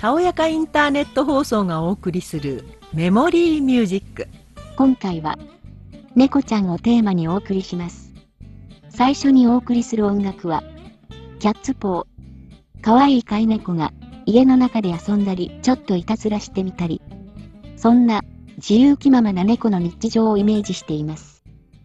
たおやかインターネット放送がお送りするメモリーミュージック。 今回は猫ちゃんをテーマにお送りします。最初にお送りする音楽はキャッツポー。かわいい飼い猫が家の中で遊んだりちょっといたずらしてみたり、そんな自由気ままな猫の日常をイメージしています。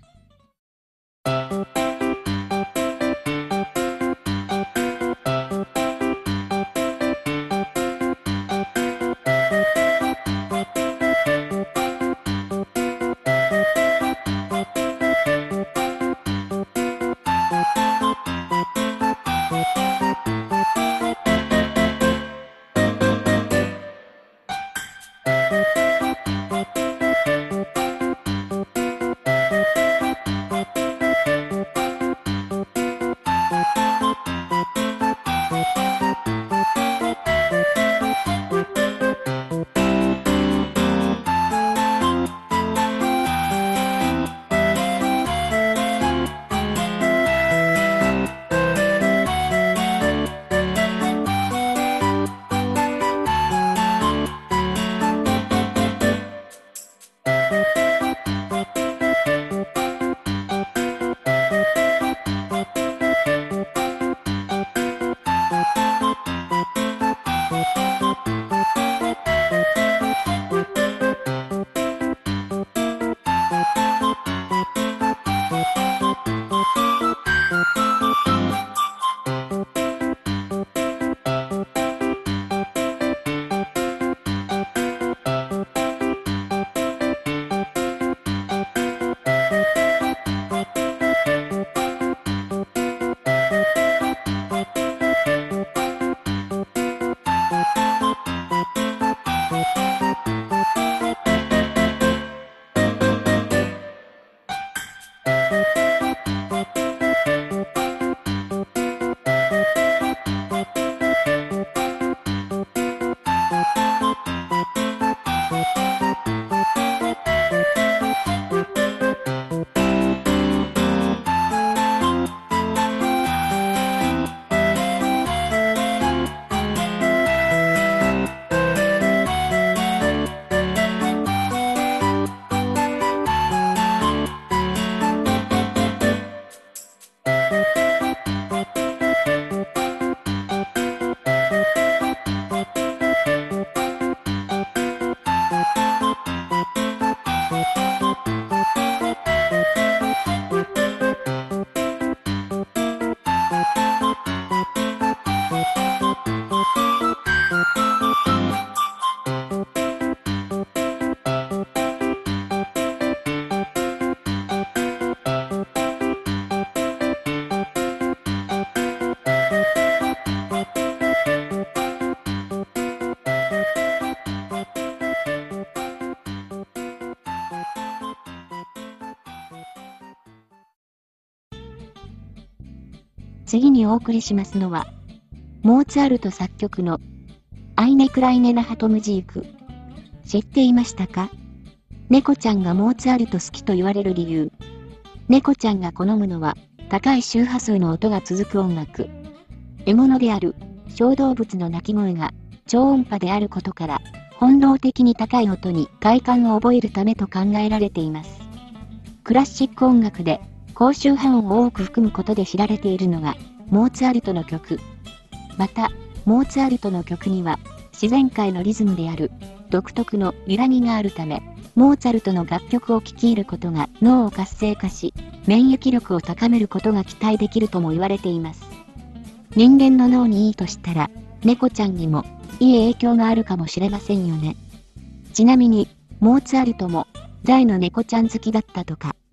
次にお送りしますのは、モーツァルト作曲のアイネ・クライネ・ナハトムジーク。知っていましたか？猫ちゃんがモーツァルト好きと言われる理由。猫ちゃんが好むのは高い周波数の音が続く音楽。獲物である小動物の鳴き声が超音波であることから、本能的に高い音に快感を覚えるためと考えられています。クラシック音楽で高周波音を多く含むことで知られているのがモーツァルトの曲。また、モーツァルトの曲には自然界のリズムである独特の揺らぎがあるため、モーツァルトの楽曲を聴き入ることが脳を活性化し、免疫力を高めることが期待できるとも言われています。人間の脳にいいとしたら、猫ちゃんにもいい影響があるかもしれませんよね。ちなみに、モーツァルトも大の猫ちゃん好きだったとか。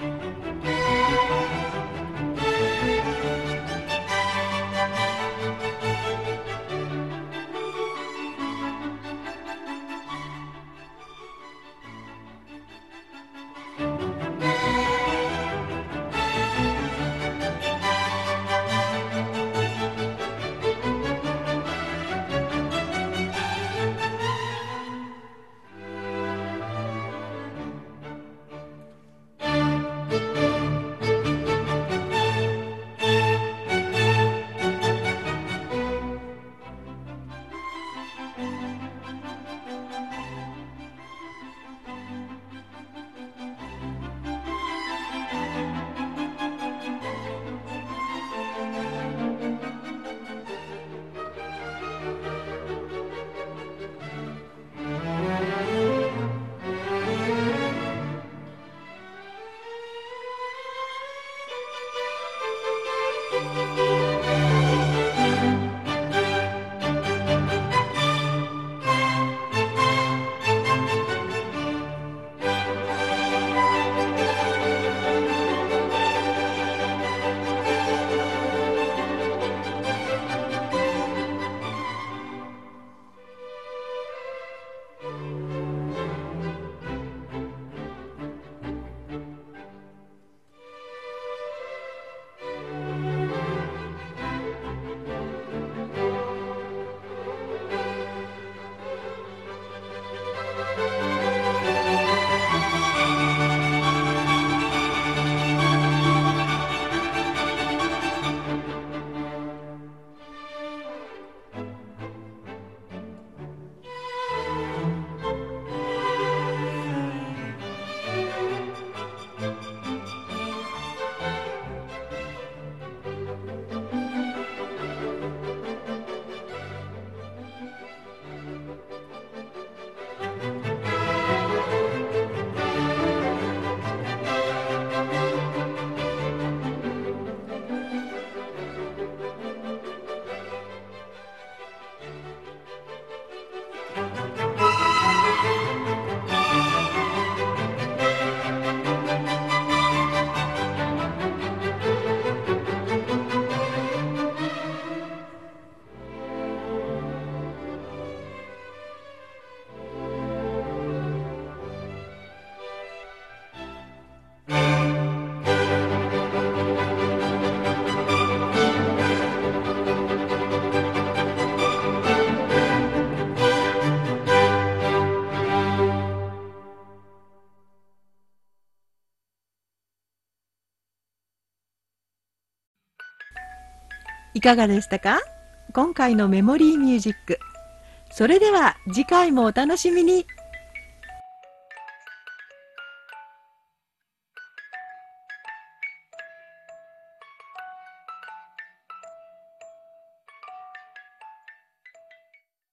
いかがでしたか？今回のメモリーミュージック。それでは次回もお楽しみに。